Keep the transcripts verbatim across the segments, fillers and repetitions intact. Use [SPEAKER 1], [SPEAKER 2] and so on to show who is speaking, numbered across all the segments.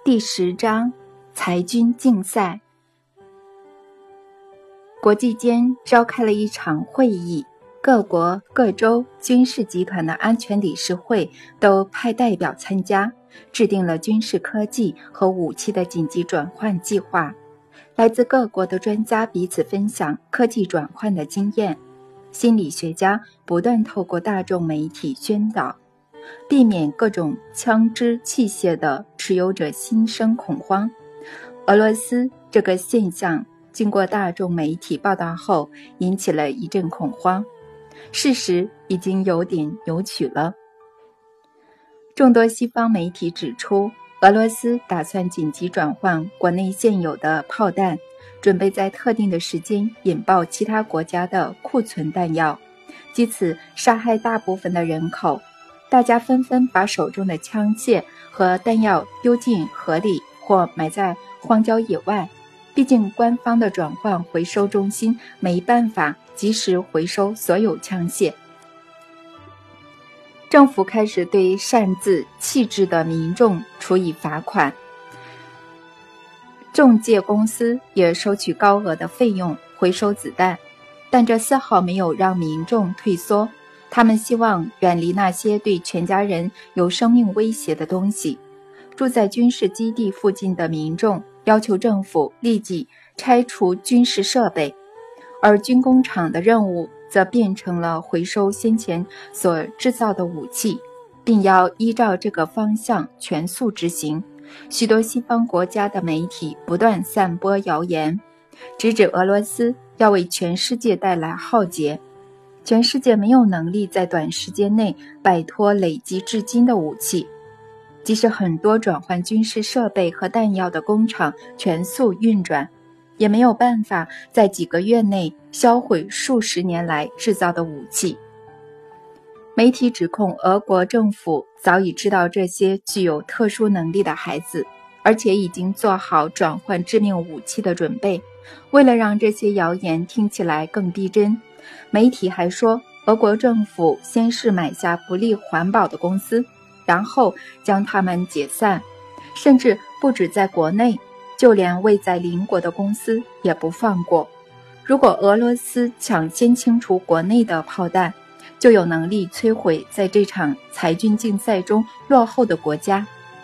[SPEAKER 1] 第十章，裁军竞赛。国际间召开了一场会议，各国各州军事集团的安全理事会都派代表参加，制定了军事科技和武器的紧急转换计划。来自各国的专家彼此分享科技转换的经验，心理学家不断透过大众媒体宣导，避免各种枪支器械的持有者心生恐慌。俄罗斯这个现象经过大众媒体报道后，引起了一阵恐慌。事实已经有点扭曲了。众多西方媒体指出，俄罗斯打算紧急转换国内现有的炮弹，准备在特定的时间引爆其他国家的库存弹药，藉此杀害大部分的人口。大家纷纷把手中的枪械和弹药丢进河里或埋在荒郊野外，毕竟官方的转换回收中心没办法及时回收所有枪械。政府开始对擅自弃置的民众处以罚款，中介公司也收取高额的费用回收子弹，但这丝毫没有让民众退缩。他们希望远离那些对全家人有生命威胁的东西。住在军事基地附近的民众要求政府立即拆除军事设备，而军工厂的任务则变成了回收先前所制造的武器，并要依照这个方向全速执行。许多西方国家的媒体不断散播谣言，直指俄罗斯要为全世界带来浩劫。全世界没有能力在短时间内摆脱累积至今的武器，即使很多转换军事设备和弹药的工厂全速运转，也没有办法在几个月内销毁数十年来制造的武器。媒体指控俄国政府早已知道这些具有特殊能力的孩子，而且已经做好转换致命武器的准备。为了让这些谣言听起来更逼真，媒体还说俄国政府先是买下不利环保的公司，然后将它们解散，甚至不止在国内，就连位在邻国的公司也不放过。如果俄罗斯抢先清除国内的炮弹，就有能力摧毁在这场裁军竞赛中落后的国家。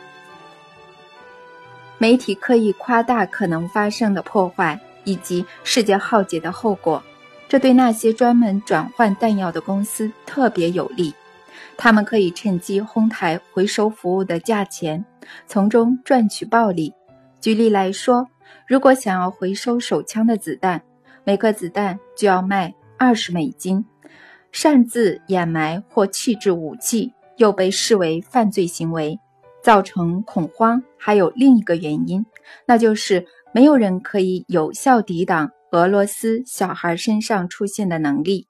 [SPEAKER 1] 媒体刻意夸大可能发生的破坏以及世界浩劫的后果，这对那些专门转换弹药的公司特别有利。他们可以趁机哄抬回收服务的价钱，从中赚取暴利。举例来说，如果想要回收手枪的子弹，每颗子弹就要卖二十美金。擅自掩埋或弃置武器又被视为犯罪行为。造成恐慌还有另一个原因，那就是没有人可以有效抵挡俄罗斯小孩身上出现的能力。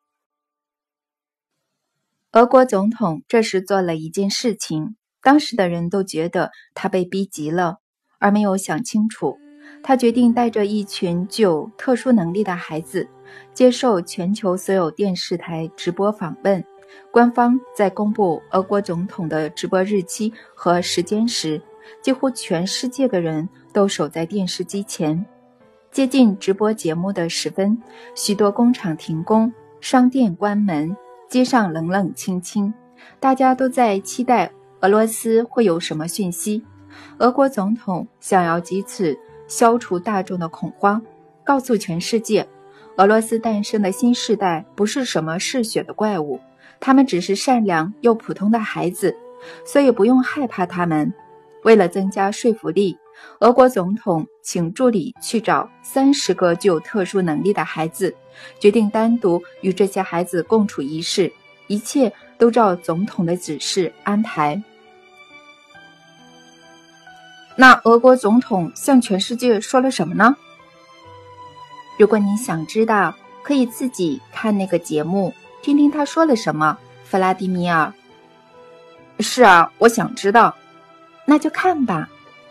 [SPEAKER 1] 俄国总统这时做了一件事情，当时的人都觉得他被逼急了，而没有想清楚。他决定带着一群具有特殊能力的孩子，接受全球所有电视台直播访问。官方在公布俄国总统的直播日期和时间时，几乎全世界的人都守在电视机前。接近直播节目的时分，许多工厂停工，商店关门，街上冷冷清清，大家都在期待俄罗斯会有什么讯息。俄国总统想要藉此消除大众的恐慌，告诉全世界，俄罗斯诞生的新世代不是什么嗜血的怪物，他们只是善良又普通的孩子，所以不用害怕他们。为了增加说服力，俄国总统请助理去找三十个具有特殊能力的孩子，决定单独与这些孩子共处一室，一切都照总统的指示安排。那俄国总统向全世界说了什么呢？如果你想知道，可以自己看那个节目，听听他说了什么，弗拉迪米尔。是啊，我想知道。那就看吧。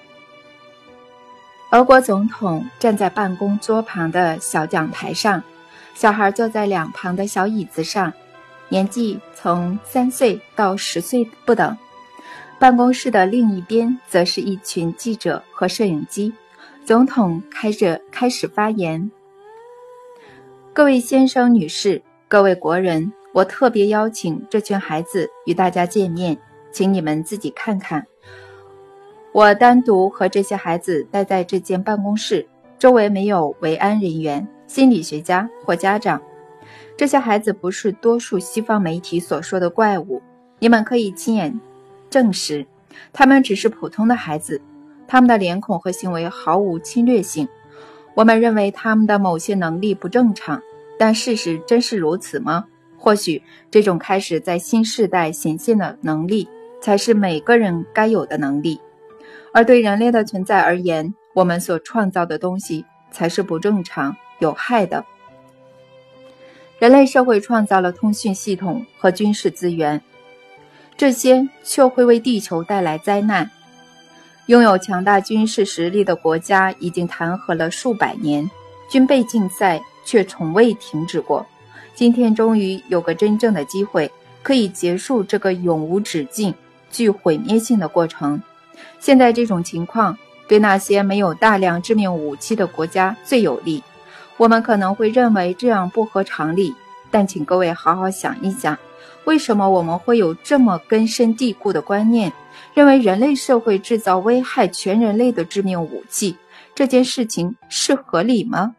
[SPEAKER 1] 俄国总统站在办公桌旁的小讲台上，小孩坐在两旁的小椅子上，年纪从三岁到十岁不等。 办公室的另一边则是一群记者和摄影机。总统开始开始发言：各位先生女士，各位国人，我特别邀请这群孩子与大家见面，请你们自己看看。我单独和这些孩子待在这间办公室，周围没有维安人员、心理学家或家长。这些孩子不是多数西方媒体所说的怪物，你们可以亲眼证实，他们只是普通的孩子，他们的脸孔和行为毫无侵略性。我们认为他们的某些能力不正常，但事实真是如此吗？或许这种开始在新世代显现的能力，才是每个人该有的能力。而对人类的存在而言，我们所创造的东西才是不正常、有害的。人类社会创造了通讯系统和军事资源，这些却会为地球带来灾难。拥有强大军事实力的国家已经谈劾了数百年，军备竞赛却从未停止过。今天终于有个真正的机会，可以结束这个永无止境、具毁灭性的过程。现在这种情况对那些没有大量致命武器的国家最有利。我们可能会认为这样不合常理，但请各位好好想一想，为什么我们会有这么根深蒂固的观念，认为人类社会制造危害全人类的致命武器，这件事情是合理吗？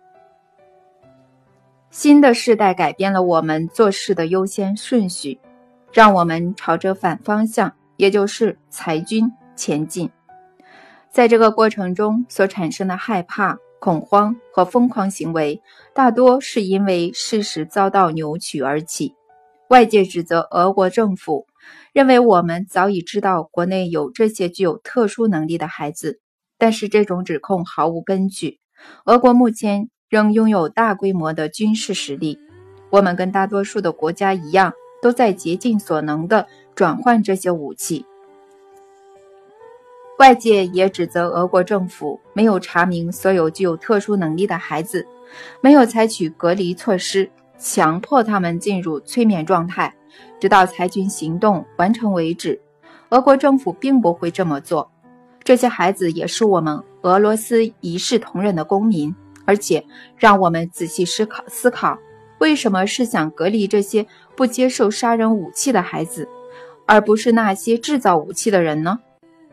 [SPEAKER 1] 新的世代改变了我们做事的优先顺序，让我们朝着反方向，也就是裁军前进。在这个过程中所产生的害怕、恐慌和疯狂行为，大多是因为事实遭到扭曲而起。外界指责俄国政府，认为我们早已知道国内有这些具有特殊能力的孩子，但是这种指控毫无根据。俄国目前仍拥有大规模的军事实力，我们跟大多数的国家一样，都在竭尽所能地转换这些武器。外界也指责俄国政府没有查明所有具有特殊能力的孩子，没有采取隔离措施，强迫他们进入催眠状态，直到裁军行动完成为止。俄国政府并不会这么做。这些孩子也是我们俄罗斯一视同仁的公民，而且让我们仔细思考思考，为什么是想隔离这些不接受杀人武器的孩子，而不是那些制造武器的人呢？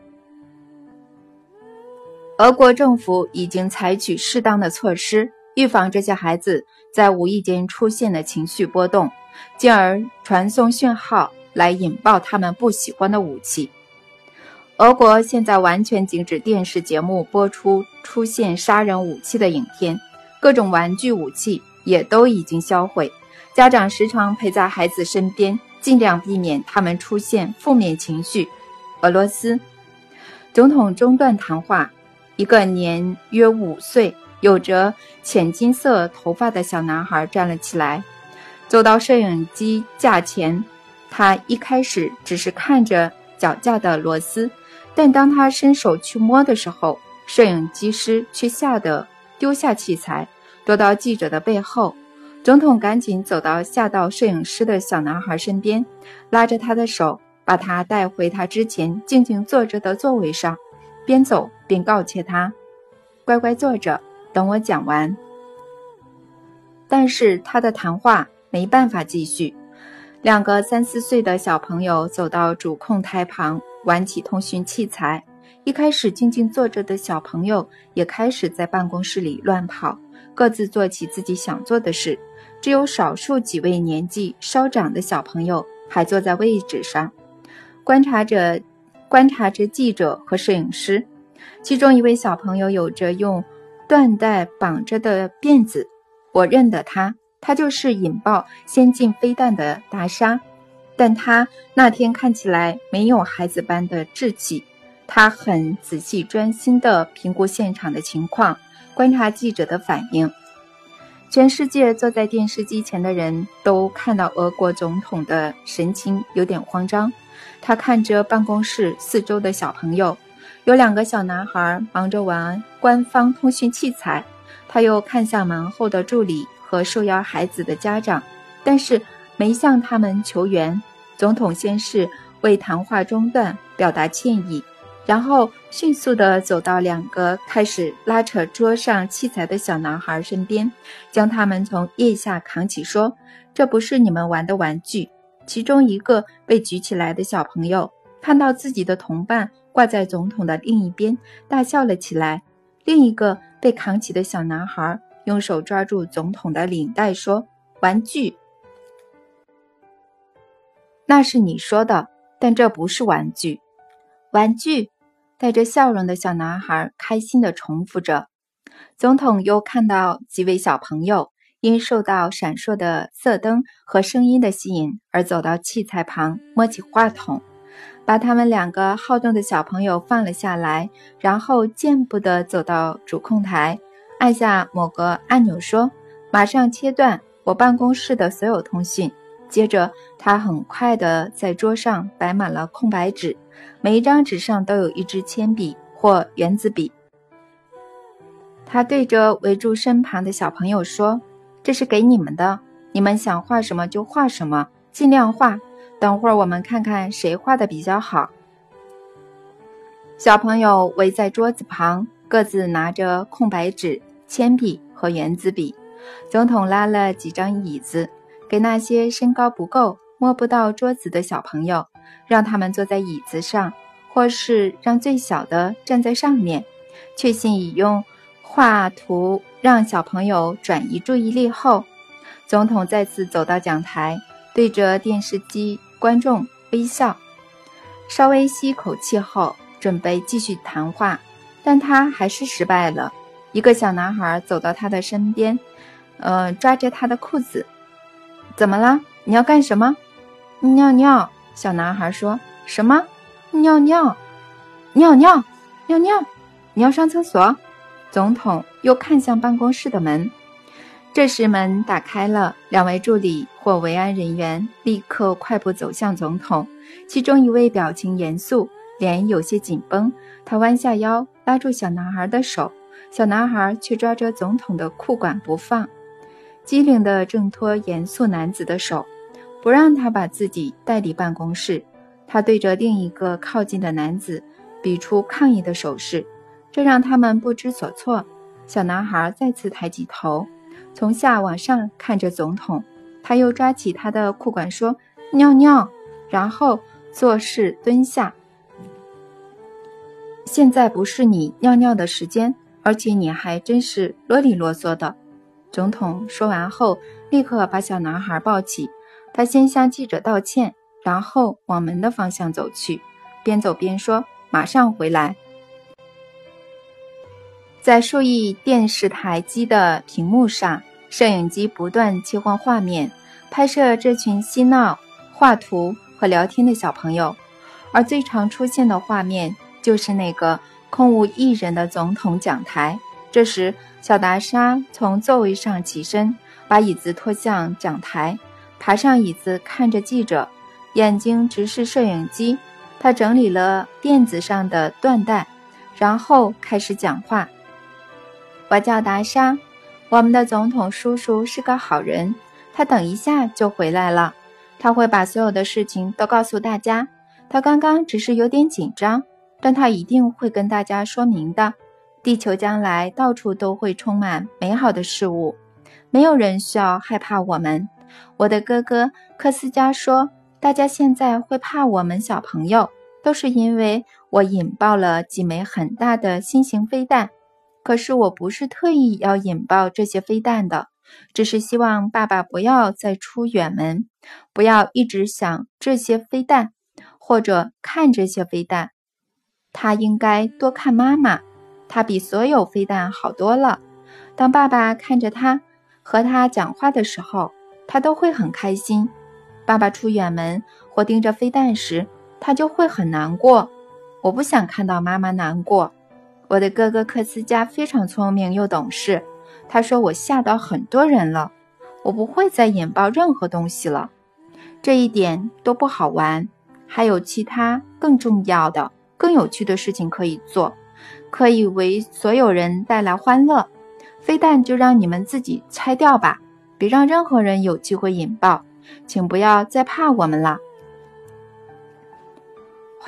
[SPEAKER 1] 俄国政府已经采取适当的措施，预防这些孩子在无意间出现的情绪波动，进而传送讯号来引爆他们不喜欢的武器。俄国现在完全禁止电视节目播出出现杀人武器的影片，各种玩具武器也都已经销毁。家长时常陪在孩子身边，尽量避免他们出现负面情绪。俄罗斯总统中断谈话，一个年约五岁、有着浅金色头发的小男孩站了起来，走到摄影机架前。他一开始只是看着脚架的螺丝，但当他伸手去摸的时候，摄影机师却吓得丢下器材，躲到记者的背后。总统赶紧走到吓到摄影师的小男孩身边，拉着他的手，把他带回他之前静静坐着的座位上，边走边告诫他，乖乖坐着，等我讲完。但是他的谈话没办法继续。两个三四岁的小朋友走到主控台旁，玩起通讯器材。一开始静静坐着的小朋友也开始在办公室里乱跑，各自做起自己想做的事。只有少数几位年纪稍长的小朋友还坐在位置上，观察着观察着记者和摄影师。其中一位小朋友有着用缎带绑着的辫子，我认得他，他就是引爆先进飞弹的达沙。但他那天看起来没有孩子般的稚气，他很仔细专心地评估现场的情况，观察记者的反应。全世界坐在电视机前的人都看到俄国总统的神情有点慌张，他看着办公室四周的小朋友，有两个小男孩忙着玩官方通讯器材，他又看向门后的助理和受邀孩子的家长，但是没向他们求援。总统先是为谈话中断表达歉意，然后迅速地走到两个开始拉扯桌上器材的小男孩身边，将他们从腋下扛起，说：“这不是你们玩的玩具。”其中一个被举起来的小朋友看到自己的同伴挂在总统的另一边，大笑了起来。另一个被扛起的小男孩用手抓住总统的领带，说：“玩具。”那是你说的，但这不是玩具。玩具，带着笑容的小男孩开心地重复着。总统又看到几位小朋友因受到闪烁的色灯和声音的吸引而走到器材旁，摸起话筒，把他们两个好动的小朋友放了下来，然后健步地走到主控台，按下某个按钮，说：“马上切断我办公室的所有通讯。”接着他很快地在桌上摆满了空白纸，每一张纸上都有一支铅笔或圆珠笔。他对着围住身旁的小朋友说：“这是给你们的，你们想画什么就画什么，尽量画，等会儿我们看看谁画的比较好。”小朋友围在桌子旁，各自拿着空白纸、铅笔和圆珠笔。总统拉了几张椅子给那些身高不够、摸不到桌子的小朋友，让他们坐在椅子上，或是让最小的站在上面。确信已用画图让小朋友转移注意力后，总统再次走到讲台，对着电视机观众微笑，稍微吸一口气后，准备继续谈话，但他还是失败了。一个小男孩走到他的身边，呃，抓着他的裤子。怎么了？你要干什么？尿尿。小男孩说。什么？尿尿？尿尿？尿尿？你要上厕所？总统又看向办公室的门。这时门打开了，两位助理或维安人员立刻快步走向总统，其中一位表情严肃，脸有些紧绷，他弯下腰拉住小男孩的手，小男孩却抓着总统的裤管不放，机灵地挣脱严肃男子的手，不让他把自己带离办公室。他对着另一个靠近的男子比出抗议的手势，这让他们不知所措。小男孩再次抬起头，从下往上看着总统，他又抓起他的裤管说：“尿尿。”然后做事蹲下。现在不是你尿尿的时间，而且你还真是啰里啰嗦的。总统说完后，立刻把小男孩抱起，他先向记者道歉，然后往门的方向走去，边走边说：“马上回来。”在数亿电视台机的屏幕上，摄影机不断切换画面，拍摄这群嬉闹、画图和聊天的小朋友，而最常出现的画面就是那个空无一人的总统讲台。这时，小达莎从座位上起身，把椅子拖向讲台，爬上椅子，看着记者，眼睛直视摄影机。他整理了垫子上的缎带，然后开始讲话。我叫达莎，我们的总统叔叔是个好人，他等一下就回来了，他会把所有的事情都告诉大家。他刚刚只是有点紧张，但他一定会跟大家说明的。地球将来到处都会充满美好的事物，没有人需要害怕我们。我的哥哥科斯加说，大家现在会怕我们小朋友，都是因为我引爆了几枚很大的新型飞弹。可是我不是特意要引爆这些飞弹的，只是希望爸爸不要再出远门，不要一直想这些飞弹，或者看这些飞弹。他应该多看妈妈，他比所有飞弹好多了。当爸爸看着他，和他讲话的时候，他都会很开心。爸爸出远门或盯着飞弹时，他就会很难过。我不想看到妈妈难过。我的哥哥克斯加非常聪明又懂事，他说我吓到很多人了，我不会再引爆任何东西了。这一点都不好玩，还有其他更重要的、更有趣的事情可以做，可以为所有人带来欢乐。飞弹就让你们自己拆掉吧，别让任何人有机会引爆，请不要再怕我们了。话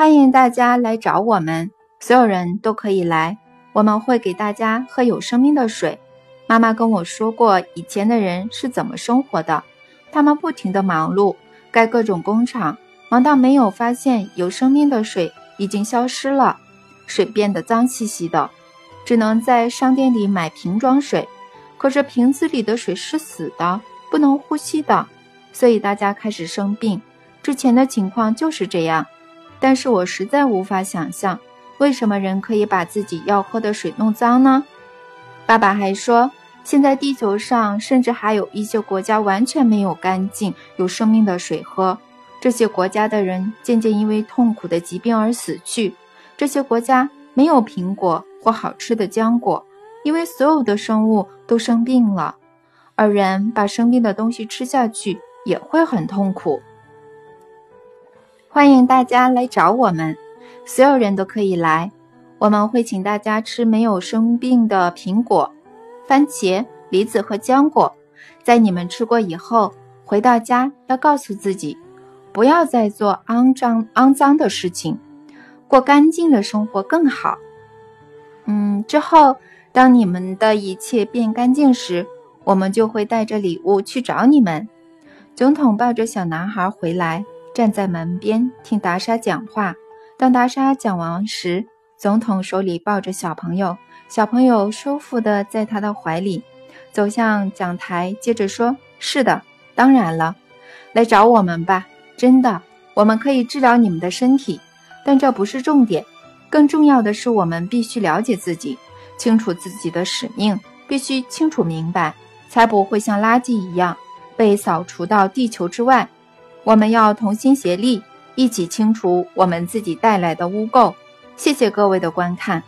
[SPEAKER 1] 欢迎大家来找我们，所有人都可以来，我们会给大家喝有生命的水。妈妈跟我说过以前的人是怎么生活的，他们不停地忙碌，盖各种工厂，忙到没有发现有生命的水已经消失了，水变得脏兮兮的，只能在商店里买瓶装水，可是瓶子里的水是死的，不能呼吸的，所以大家开始生病。之前的情况就是这样，但是我实在无法想象，为什么人可以把自己要喝的水弄脏呢？爸爸还说，现在地球上甚至还有一些国家完全没有干净有生命的水喝，这些国家的人渐渐因为痛苦的疾病而死去，这些国家没有苹果或好吃的浆果，因为所有的生物都生病了，而人把生病的东西吃下去也会很痛苦。欢迎大家来找我们，所有人都可以来，我们会请大家吃没有生病的苹果、番茄、梨子和浆果。在你们吃过以后，回到家要告诉自己，不要再做肮脏肮脏的事情，过干净的生活更好。嗯，之后当你们的一切变干净时，我们就会带着礼物去找你们。总统抱着小男孩回来，站在门边听达莎讲话。当达莎讲完时，总统手里抱着小朋友，小朋友舒服地在他的怀里，走向讲台，接着说，是的，当然了，来找我们吧，真的，我们可以治疗你们的身体，但这不是重点，更重要的是我们必须了解自己，清楚自己的使命，必须清楚明白，才不会像垃圾一样被扫除到地球之外。我们要同心协力，一起清除我们自己带来的污垢。谢谢各位的观看。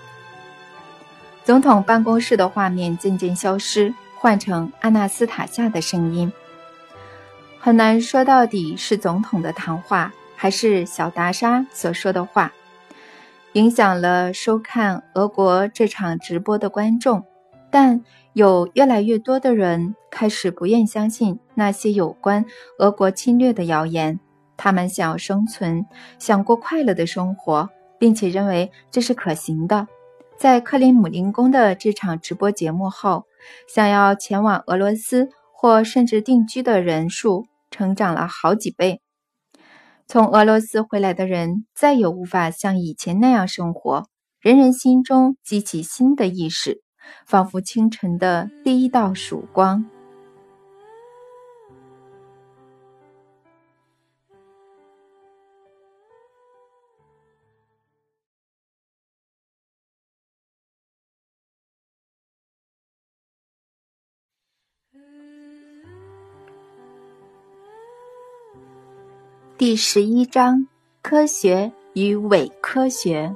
[SPEAKER 1] 总统办公室的画面渐渐消失，换成阿纳斯塔夏的声音。很难说到底是总统的谈话，还是小达莎所说的话，影响了收看俄国这场直播的观众，但有越来越多的人开始不愿相信那些有关俄国侵略的谣言，他们想要生存，想过快乐的生活，并且认为这是可行的。在克林姆林宫的这场直播节目后，想要前往俄罗斯或甚至定居的人数成长了好几倍。从俄罗斯回来的人再也无法像以前那样生活，人人心中激起新的意识，仿佛清晨的第一道曙光。第十一章：科学与伪科学。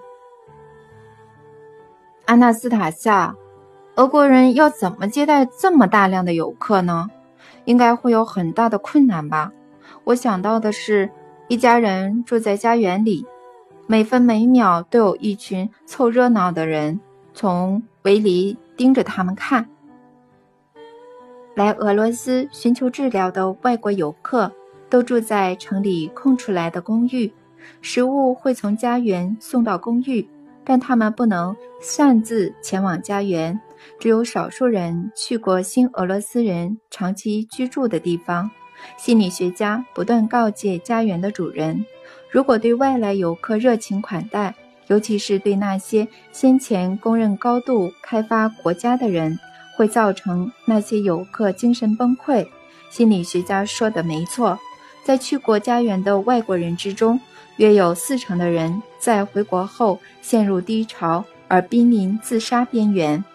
[SPEAKER 1] 阿纳斯塔夏，俄国人要怎么接待这么大量的游客呢？应该会有很大的困难吧。我想到的是，一家人住在家园里，每分每秒都有一群凑热闹的人从围篱盯着他们看。来俄罗斯寻求治疗的外国游客都住在城里空出来的公寓，食物会从家园送到公寓，但他们不能擅自前往家园，只有少数人去过新俄罗斯人长期居住的地方。心理学家不断告诫家园的主人，如果对外来游客热情款待，尤其是对那些先前公认高度开发国家的人，会造成那些游客精神崩溃。心理学家说的没错，在去过家园的外国人之中，约有四成的人在回国后陷入低潮而濒临自杀边缘。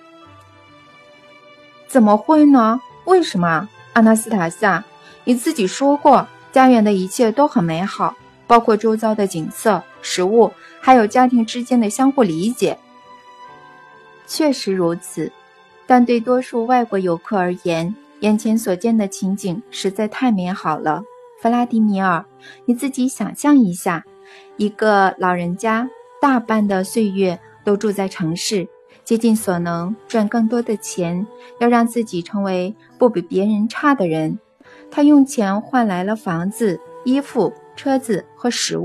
[SPEAKER 1] 怎么会呢？为什么？阿纳斯塔夏，你自己说过，家园的一切都很美好，包括周遭的景色、食物，还有家庭之间的相互理解。确实如此，但对多数外国游客而言，眼前所见的情景实在太美好了。弗拉迪米尔，你自己想象一下，一个老人家大半的岁月都住在城市，竭尽所能赚更多的钱，要让自己成为不比别人差的人。他用钱换来了房子、衣服、车子和食物，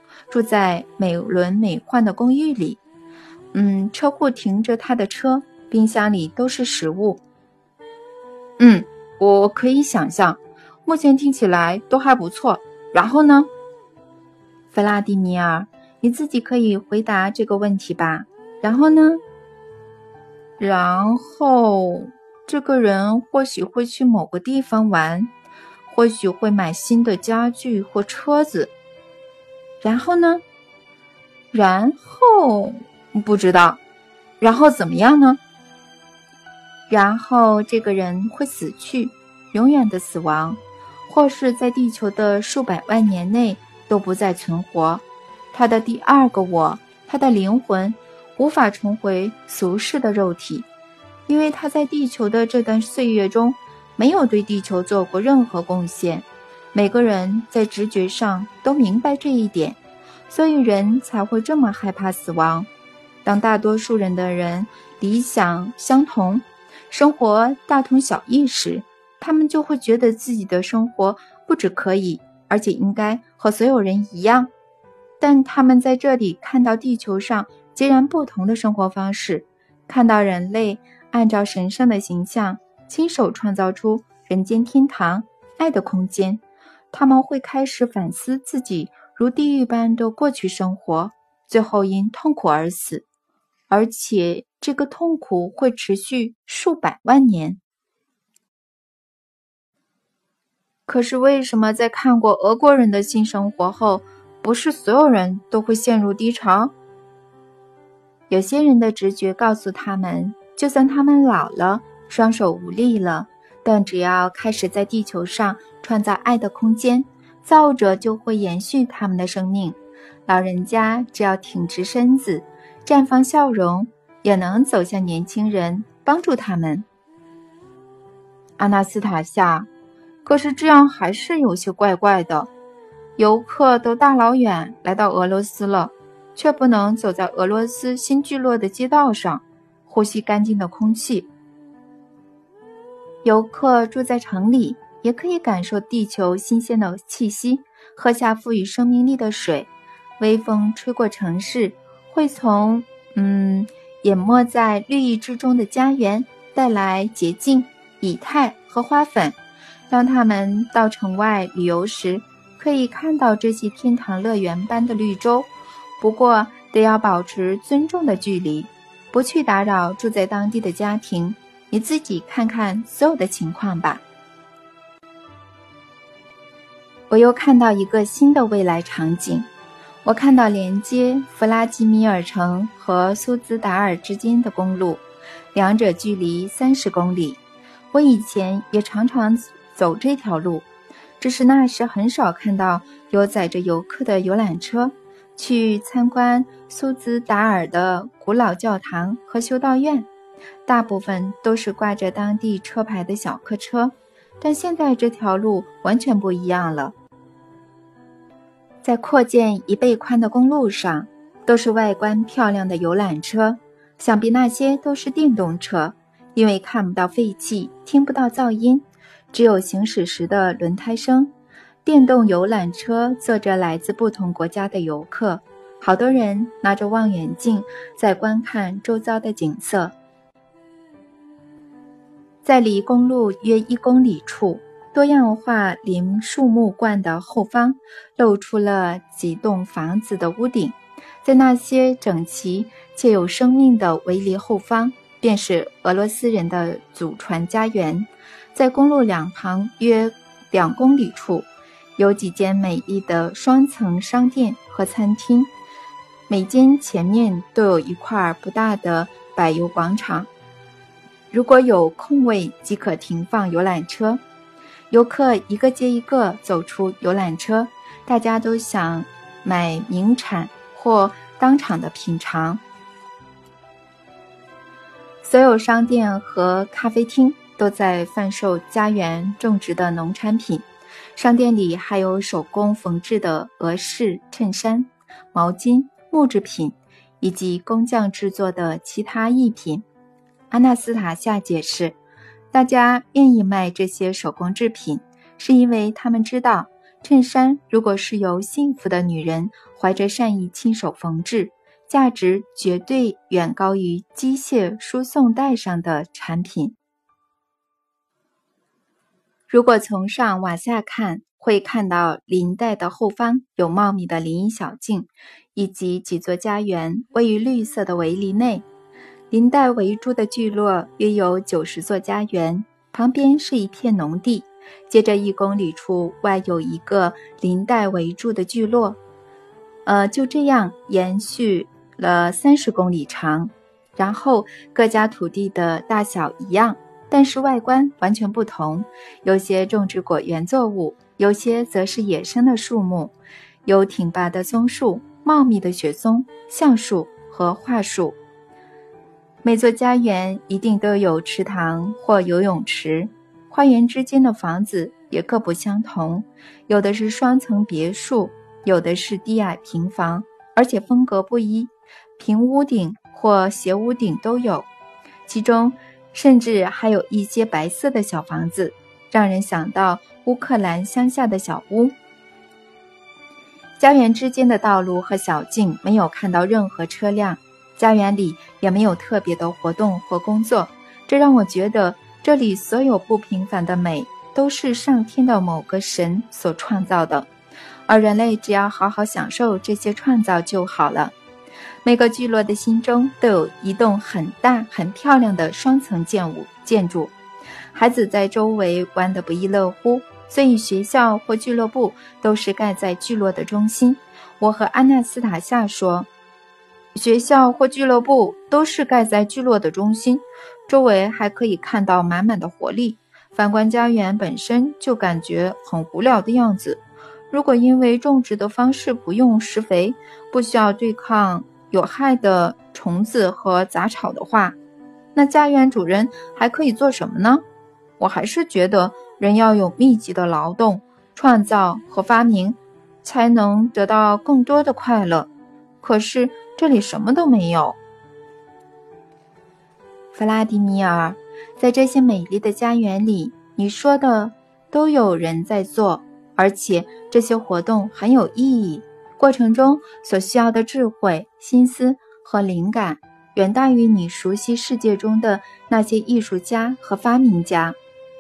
[SPEAKER 1] 住在美轮美奂的公寓里。嗯，车库停着他的车，冰箱里都是食物。嗯，我可以想象，目前听起来都还不错。然后呢？弗拉迪米尔，你自己可以回答这个问题吧。然后呢？然后，这个人或许会去某个地方玩，或许会买新的家具或车子。然后呢？然后，不知道。然后怎么样呢？然后这个人会死去，永远的死亡，或是在地球的数百万年内都不再存活。他的第二个我，他的灵魂无法重回俗世的肉体，因为他在地球的这段岁月中没有对地球做过任何贡献。每个人在直觉上都明白这一点，所以人才会这么害怕死亡。当大多数人的人理想相同，生活大同小异时，他们就会觉得自己的生活不只可以，而且应该和所有人一样。但他们在这里看到地球上截然不同的生活方式，看到人类按照神圣的形象亲手创造出人间天堂、爱的空间，他们会开始反思自己如地狱般的过去生活，最后因痛苦而死，而且这个痛苦会持续数百万年。可是为什么在看过俄国人的新生活后，不是所有人都会陷入低潮？有些人的直觉告诉他们，就算他们老了，双手无力了，但只要开始在地球上创造爱的空间，造物者就会延续他们的生命。老人家只要挺直身子，绽放笑容，也能走向年轻人，帮助他们。阿纳斯塔夏，可是这样还是有些怪怪的。游客都大老远来到俄罗斯了，却不能走在俄罗斯新聚落的街道上，呼吸干净的空气。游客住在城里，也可以感受地球新鲜的气息，喝下赋予生命力的水。微风吹过城市，会从嗯淹没在绿意之中的家园带来洁净、以太和花粉。当他们到城外旅游时，可以看到这些天堂乐园般的绿洲，不过得要保持尊重的距离，不去打扰住在当地的家庭。你自己看看所有的情况吧。我又看到一个新的未来场景，我看到连接弗拉基米尔城和苏兹达尔之间的公路，两者距离三十公里。我以前也常常走这条路，只是那时很少看到有载着游客的游览车去参观苏兹达尔的古老教堂和修道院，大部分都是挂着当地车牌的小客车。但现在这条路完全不一样了，在扩建一倍宽的公路上，都是外观漂亮的游览车，想必那些都是电动车，因为看不到废气，听不到噪音，只有行驶时的轮胎声。电动游览车坐着来自不同国家的游客，好多人拿着望远镜在观看周遭的景色。在离公路约一公里处，多样化林树木冠的后方露出了几栋房子的屋顶，在那些整齐且有生命的围篱后方，便是俄罗斯人的祖传家园。在公路两旁约两公里处，有几间美丽的双层商店和餐厅，每间前面都有一块不大的柏油广场，如果有空位即可停放游览车。游客一个接一个走出游览车，大家都想买名产或当场的品尝。所有商店和咖啡厅都在贩售家园种植的农产品，商店里还有手工缝制的俄式衬衫、毛巾、木制品以及工匠制作的其他艺品。阿纳斯塔夏解释，大家愿意卖这些手工制品，是因为他们知道衬衫如果是由幸福的女人怀着善意亲手缝制，价值绝对远高于机械输送带上的产品。如果从上往下看，会看到林带的后方有茂密的林荫小径，以及几座家园位于绿色的围篱内。林带围住的聚落约有九十座家园，旁边是一片农地，接着一公里处外有一个林带围住的聚落，呃，就这样延续了三十公里长。然后各家土地的大小一样，但是外观完全不同，有些种植果园作物，有些则是野生的树木，有挺拔的松树、茂密的雪松、橡树和桦树。每座家园一定都有池塘或游泳池，花园之间的房子也各不相同，有的是双层别墅，有的是低矮平房，而且风格不一，平屋顶或斜屋顶都有，其中甚至还有一些白色的小房子，让人想到乌克兰乡下的小屋。家园之间的道路和小径没有看到任何车辆，家园里也没有特别的活动或工作，这让我觉得这里所有不平凡的美都是上天的某个神所创造的，而人类只要好好享受这些创造就好了。每个聚落的心中都有一栋很大很漂亮的双层建物建筑，孩子在周围玩得不亦乐乎，所以学校或俱乐部都是盖在聚落的中心。我和安娜斯塔夏说，学校或俱乐部都是盖在聚落的中心，周围还可以看到满满的活力。反观家园本身就感觉很无聊的样子。如果因为种植的方式不用施肥，不需要对抗有害的虫子和杂草的话，那家园主人还可以做什么呢？我还是觉得人要有密集的劳动、创造和发明，才能得到更多的快乐。可是这里什么都没有。弗拉迪米尔，在这些美丽的家园里，你说的都有人在做，而且这些活动很有意义，过程中所需要的智慧、心思和灵感远大于你熟悉世界中的那些艺术家和发明家。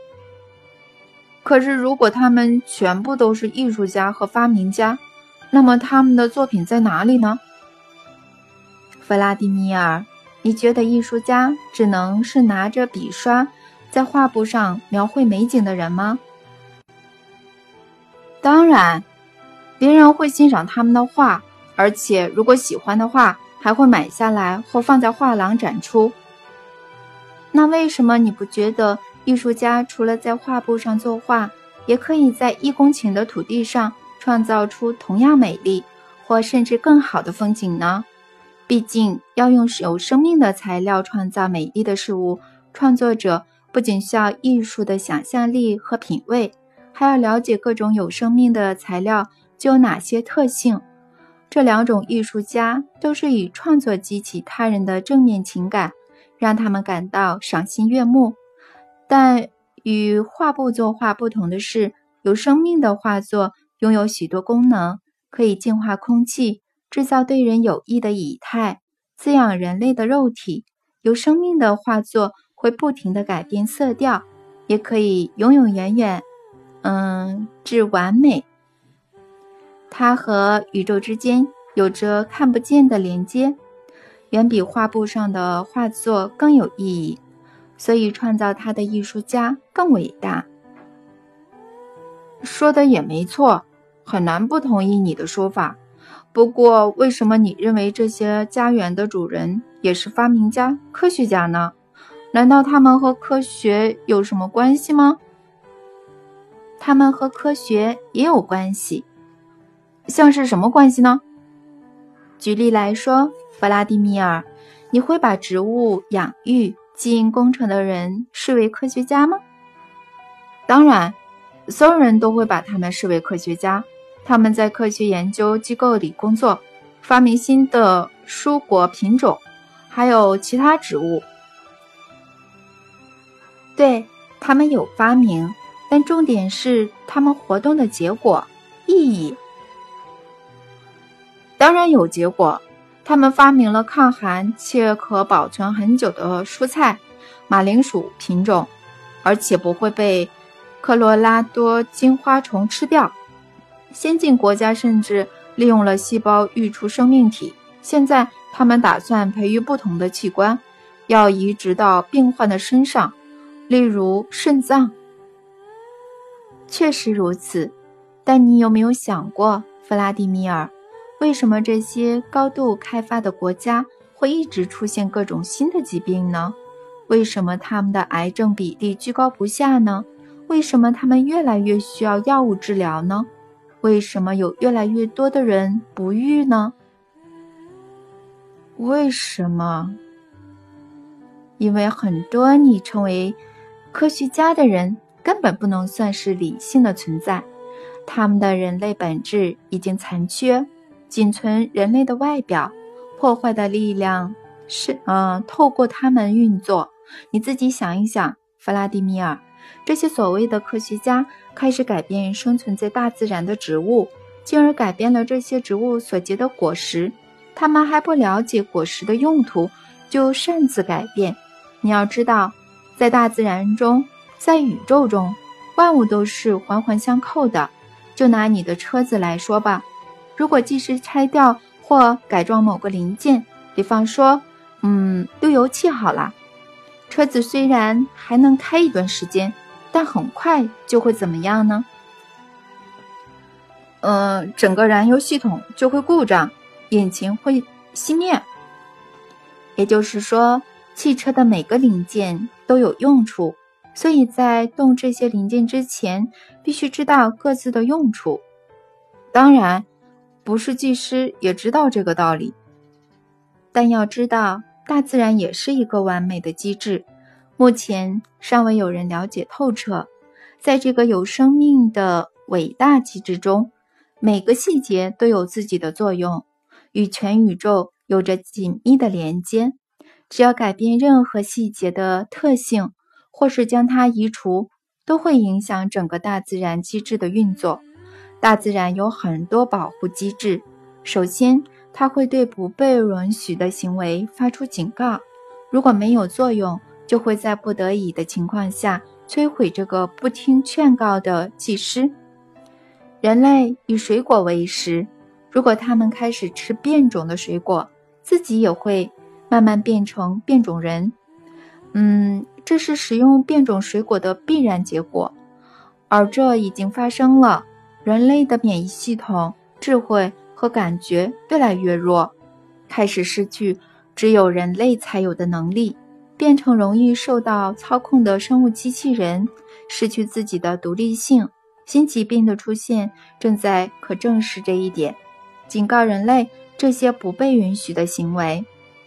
[SPEAKER 1] 可是如果他们全部都是艺术家和发明家，那么他们的作品在哪里呢？弗拉迪米尔，你觉得艺术家只能是拿着笔刷在画布上描绘美景的人吗？当然，别人会欣赏他们的画，而且如果喜欢的话，还会买下来或放在画廊展出。那为什么你不觉得艺术家除了在画布上作画，也可以在一公顷的土地上创造出同样美丽或甚至更好的风景呢？毕竟要用有生命的材料创造美丽的事物，创作者不仅需要艺术的想象力和品味，还要了解各种有生命的材料具有哪些特性。这两种艺术家都是以创作激起他人的正面情感，让他们感到赏心悦目。但与画布作画不同的是，有生命的画作拥有许多功能，可以净化空气，制造对人有益的以态，滋养人类的肉体。有生命的画作会不停地改变色调，也可以永永远远嗯，至完美。它和宇宙之间有着看不见的连接，远比画布上的画作更有意义，所以创造它的艺术家更伟大。说的也没错，很难不同意你的说法。不过为什么你认为这些家园的主人也是发明家、科学家呢？难道他们和科学有什么关系吗？他们和科学也有关系。像是什么关系呢？举例来说，弗拉迪米尔，你会把植物养育、基因工程的人视为科学家吗？当然，所有人都会把他们视为科学家。他们在科学研究机构里工作，发明新的蔬果品种，还有其他植物。对，他们有发明，但重点是他们活动的结果。 意义？当然有结果，他们发明了抗寒且可保存很久的蔬菜马铃薯品种，而且不会被科罗拉多金花虫吃掉。先进国家甚至利用了细胞育出生命体，现在他们打算培育不同的器官，要移植到病患的身上，例如肾脏。确实如此，但你有没有想过，弗拉迪米尔，为什么这些高度开发的国家会一直出现各种新的疾病呢？为什么他们的癌症比例居高不下呢？为什么他们越来越需要药物治疗呢？为什么有越来越多的人不育呢？为什么？因为很多你称为科学家的人根本不能算是理性的存在，他们的人类本质已经残缺，仅存人类的外表，破坏的力量是呃透过他们运作。你自己想一想，弗拉迪米尔，这些所谓的科学家开始改变生存在大自然的植物，进而改变了这些植物所结的果实。他们还不了解果实的用途，就擅自改变。你要知道，在大自然中，在宇宙中，万物都是环环相扣的。就拿你的车子来说吧，如果及时拆掉或改装某个零件，比方说，嗯，路由器好了，车子虽然还能开一段时间，但很快就会怎么样呢？呃，整个燃油系统就会故障，引擎会熄灭。也就是说，汽车的每个零件都有用处，所以在动这些零件之前，必须知道各自的用处。当然，不是技师也知道这个道理，但要知道，大自然也是一个完美的机制，目前尚未有人了解透彻。在这个有生命的伟大机制中，每个细节都有自己的作用，与全宇宙有着紧密的连接。只要改变任何细节的特性，或是将它移除，都会影响整个大自然机制的运作。大自然有很多保护机制，首先，它会对不被允许的行为发出警告，如果没有作用，就会在不得已的情况下摧毁这个不听劝告的技师。人类以水果为食，如果他们开始吃变种的水果，自己也会慢慢变成变种人。嗯，这是食用变种水果的必然结果，而这已经发生了。人类的免疫系统、智慧和感觉越来越弱，开始失去只有人类才有的能力，变成容易受到操控的生物机器人，失去自己的独立性。新疾病的出现正在可证实这一点，警告人类这些不被允许的行为。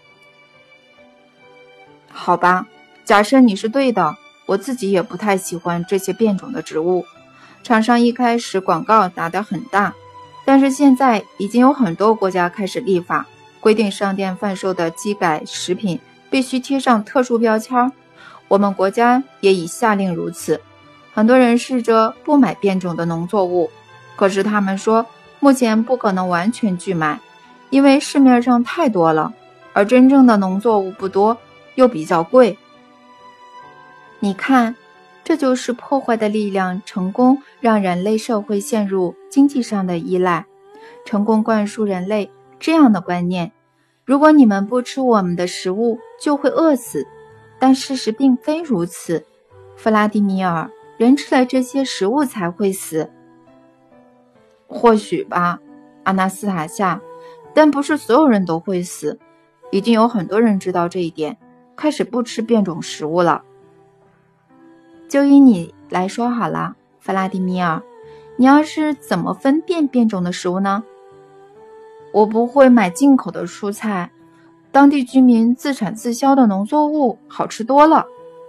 [SPEAKER 1] 好吧，假设你是对的，我自己也不太喜欢这些变种的植物。厂商一开始广告打得很大，但是现在已经有很多国家开始立法，规定商店贩售的基改食品必须贴上特殊标签。我们国家也已下令如此。很多人试着不买变种的农作物，可是他们说目前不可能完全拒买，因为市面上太多了，而真正的农作物不多，又比较贵。你看，这就是破坏的力量成功让人类社会陷入经济上的依赖，成功灌输人类这样的观念：如果你们不吃我们的食物，就会饿死。但事实并非如此，弗拉迪米尔，人吃了这些食物才会死。或许吧，阿纳斯塔夏，但不是所有人都会死。已经有很多人知道这一点，开始不吃变种食物了。就以你来说好了，弗拉迪米尔，你要是怎么分辨变种的食物呢？我不会买进口的蔬菜，当地居民自产自销的农作物好吃多了。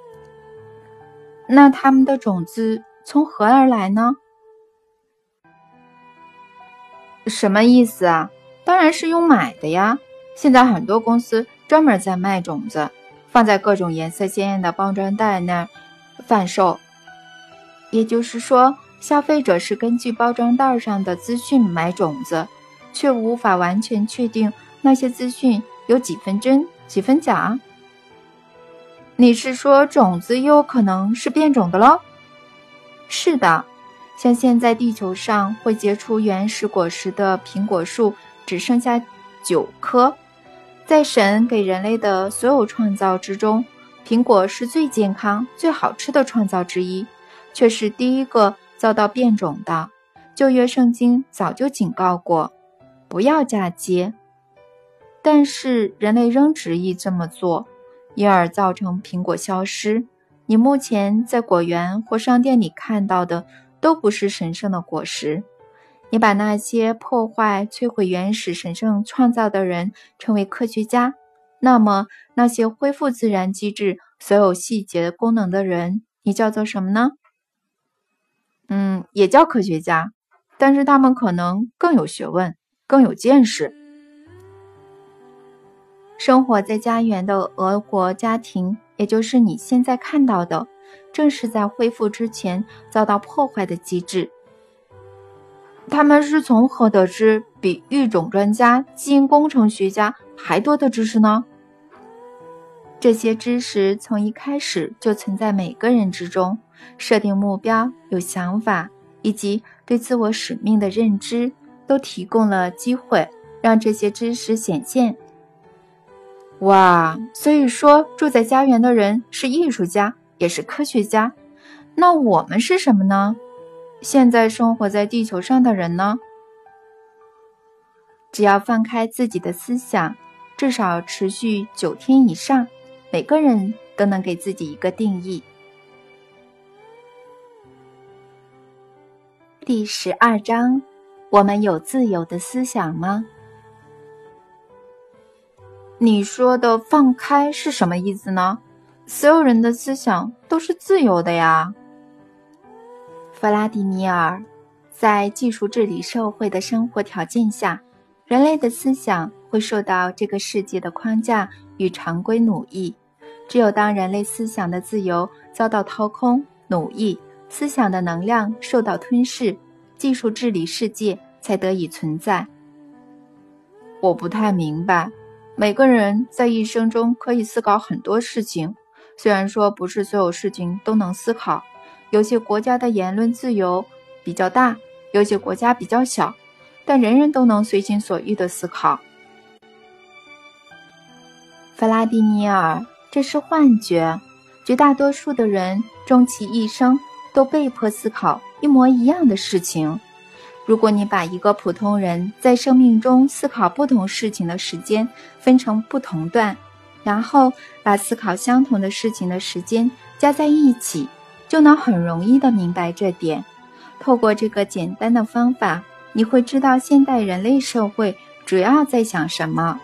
[SPEAKER 1] 那他们的种子从何而来呢？什么意思啊？当然是用买的呀。现在很多公司专门在卖种子，放在各种颜色鲜艳的包装袋那儿贩售。也就是说， 消费者是根据包装袋上的资讯买种子，却无法完全确定那些资讯有几分真几分假。你是说种子有可能是变种的咯？是的，像现在地球上会结出原始果实的苹果树只剩下九棵，在神给人类的所有创造之中，苹果是最健康最好吃的创造之一，却是第一个遭到变种的。旧约圣经早就警告过，不要嫁接，但是人类仍执意这么做，因而造成苹果消失。你目前在果园或商店里看到的都不是神圣的果实。你把那些破坏摧毁原始神圣创造的人称为科学家，那么那些恢复自然机制所有细节功能的人，你叫做什么呢？嗯，也叫科学家，但是他们可能更有学问，更有见识。生活在家园的俄国家庭，也就是你现在看到的，正是在恢复之前遭到破坏的机制。他们是从何得知比育种专家、基因工程学家还多的知识呢？这些知识从一开始就存在每个人之中，设定目标、有想法以及对自我使命的认知，都提供了机会让这些知识显现。哇，所以说住在家园的人是艺术家，也是科学家。那我们是什么呢？现在生活在地球上的人呢？只要放开自己的思想，至少持续九天以上，每个人都能给自己一个定义。第十二章，我们有自由的思想吗？你说的放开是什么意思呢？所有人的思想都是自由的呀。弗拉迪米尔，在技术治理社会的生活条件下，人类的思想会受到这个世界的框架与常规奴役。只有当人类思想的自由遭到掏空、奴役，思想的能量受到吞噬，技术治理世界才得以存在。我不太明白，每个人在一生中可以思考很多事情，虽然说不是所有事情都能思考，有些国家的言论自由比较大，有些国家比较小，但人人都能随心所欲地思考。弗拉迪米尔，这是幻觉，绝大多数的人终其一生都被迫思考一模一样的事情。如果你把一个普通人在生命中思考不同事情的时间分成不同段，然后把思考相同的事情的时间加在一起，就能很容易地明白这点。透过这个简单的方法，你会知道现代人类社会主要在想什么。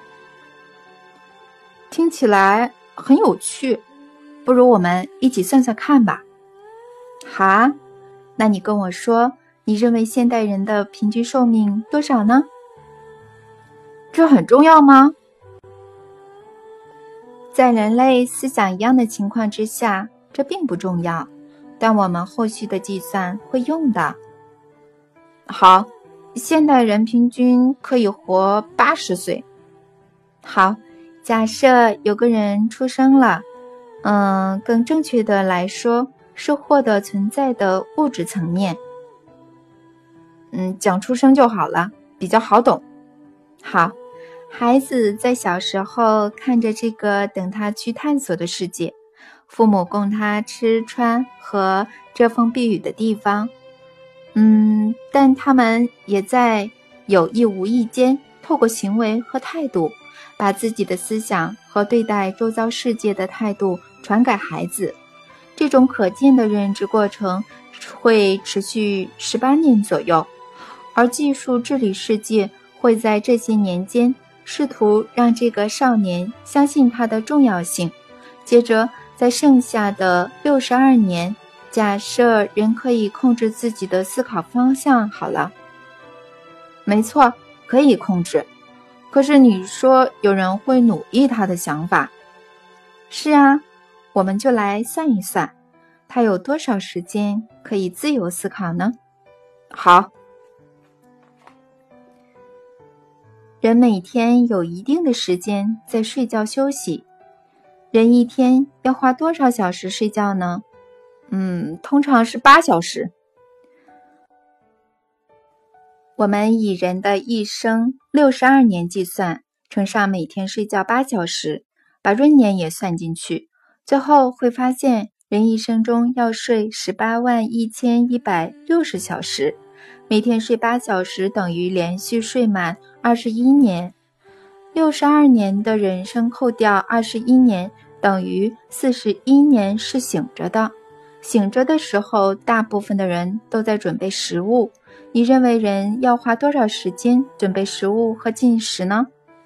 [SPEAKER 1] 听起来很有趣，不如我们一起算算看吧。好啊，那你跟我说，你认为现代人的平均寿命多少呢？这很重要吗？在人类思想一样的情况之下，这并不重要，但我们后续的计算会用的。好，现代人平均可以活八十岁。好，假设有个人出生了，嗯，更正确的来说，是获得存在的物质层面。嗯，讲出生就好了，比较好懂。好，孩子在小时候看着这个等他去探索的世界，父母供他吃穿和遮风避雨的地方。嗯，但他们也在有意无意间透过行为和态度，把自己的思想和对待周遭世界的态度传给孩子。这种可见的认知过程会持续十八年左右，而技术治理世界会在这些年间试图让这个少年相信它的重要性。接着在剩下的六十二年，假设人可以控制自己的思考方向好了。没错，可以控制。可是你说有人会奴役他的想法。是啊，我们就来算一算， 他有多少时间可以自由思考呢？好，人每天有一定的时间在睡觉休息。人一天要花多少小时睡觉呢？嗯，通常是八小时。我们以人的一生六十二年计算，乘上每天睡觉八小时，把闰年也算进去，最后会发现人一生中要睡十八万一千一百六十小时，每天睡八小时等于连续睡满二十一年。六十二年的人生扣掉二十一年，等于四十一年是醒着的。醒着的时候，大部分的人都在准备食物。你认为人要花多少时间准备食物和进食呢？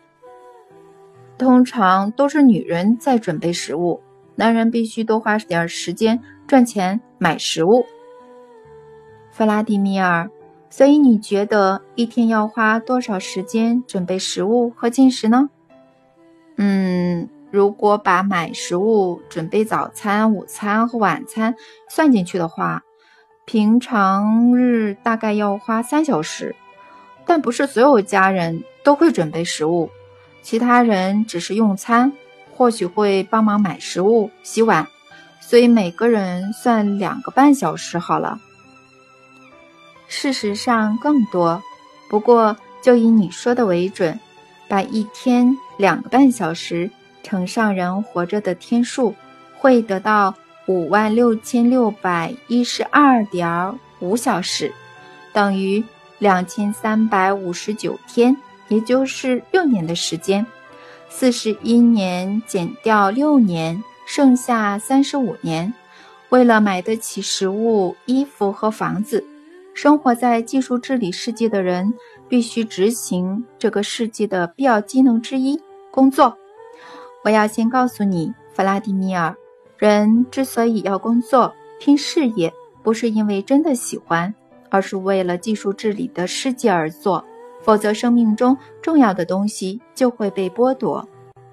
[SPEAKER 1] 通常都是女人在准备食物，男人必须多花点时间赚钱买食物。弗拉迪米尔，所以你觉得一天要花多少时间准备食物和进食呢？嗯，如果把买食物、准备早餐、午餐和晚餐算进去的话，平常日大概要花三小时，但不是所有家人都会准备食物，其他人只是用餐，或许会帮忙买食物、洗碗，所以每个人算两个半小时好了。事实上更多，不过就以你说的为准，把一天两个半小时乘上人活着的天数，会得到五万六千六百一十二点五小时，等于两千三百五十九天，也就是六年的时间。四十一年减掉六年，剩下三十五年。为了买得起食物、衣服和房子，生活在技术治理世界的人必须执行这个世界的必要技能之一——工作。我要先告诉你，弗拉迪米尔，人之所以要工作、拼事业，不是因为真的喜欢，而是为了技术治理的世界而做，否则生命中重要的东西就会被剥夺。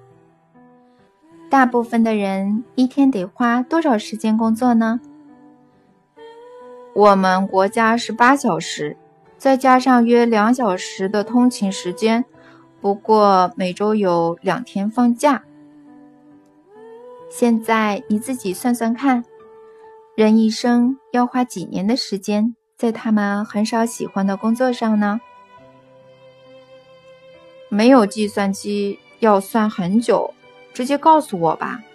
[SPEAKER 1] 大部分的人一天得花多少时间工作呢？我们国家是八小时，再加上约两小时的通勤时间，不过每周有两天放假。现在你自己算算看，人一生要花几年的时间在他们很少喜欢的工作上呢？没有计算机，要算很久，直接告诉我吧。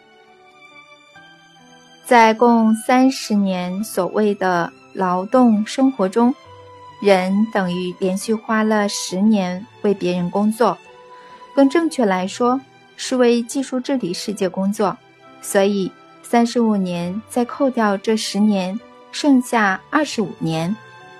[SPEAKER 1] 在共三十年所谓的劳动生活中，人等于连续花了十年为别人工作，更正确来说是为技术治理世界工作，所以三十五年再扣掉这十年，剩下二十五年。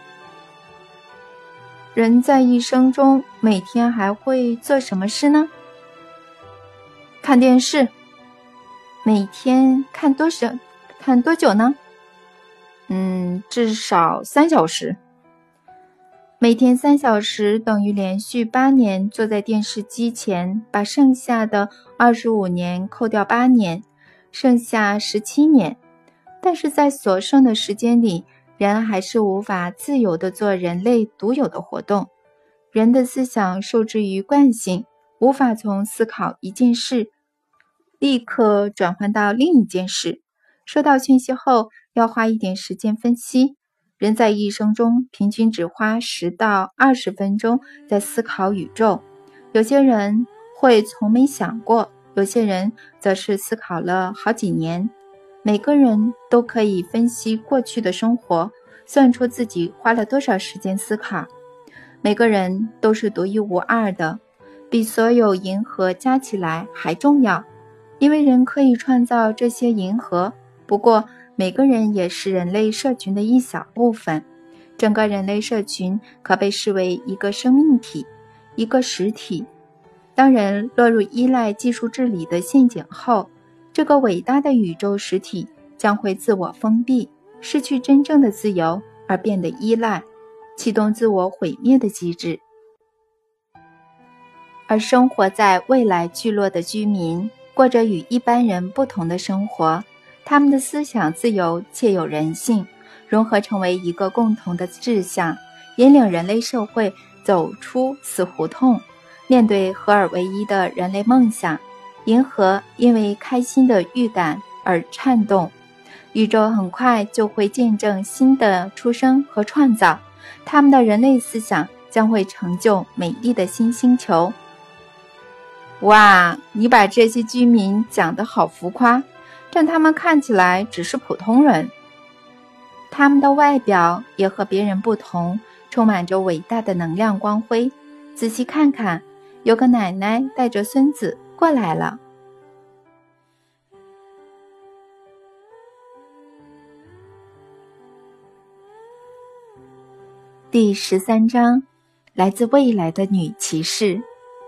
[SPEAKER 1] 人在一生中每天还会做什么事呢？看电视。每天看多少？看多久呢？嗯，至少三小时。每天三小时等于连续八年坐在电视机前，把剩下的二十五年扣掉八年，剩下十七年。但是在所剩的时间里，人还是无法自由地做人类独有的活动。人的思想受制于惯性，无法从思考一件事立刻转换到另一件事。收到讯息后要花一点时间分析。人在一生中平均只花十到二十分钟在思考宇宙。有些人会从没想过，有些人则是思考了好几年。每个人都可以分析过去的生活，算出自己花了多少时间思考。每个人都是独一无二的，比所有银河加起来还重要，因为人可以创造这些银河。不过每个人也是人类社群的一小部分，整个人类社群可被视为一个生命体，一个实体。当人落入依赖技术治理的陷阱后，这个伟大的宇宙实体将会自我封闭，失去真正的自由，而变得依赖，启动自我毁灭的机制。而生活在未来聚落的居民过着与一般人不同的生活， 他们的思想自由且有人性，融合成为一个共同的志向，引领人类社会走出死胡同，面对合而为一的人类梦想。银河因为开心的预感而颤动，宇宙很快就会见证新的出生和创造，他们的人类思想将会成就美丽的新星球。哇，你把这些居民讲得好浮夸，但他们看起来只是普通人。他们的外表也和别人不同，充满着伟大的能量光辉。仔细看看，有个奶奶带着孙子过来了。第十三章，来自未来的女骑士。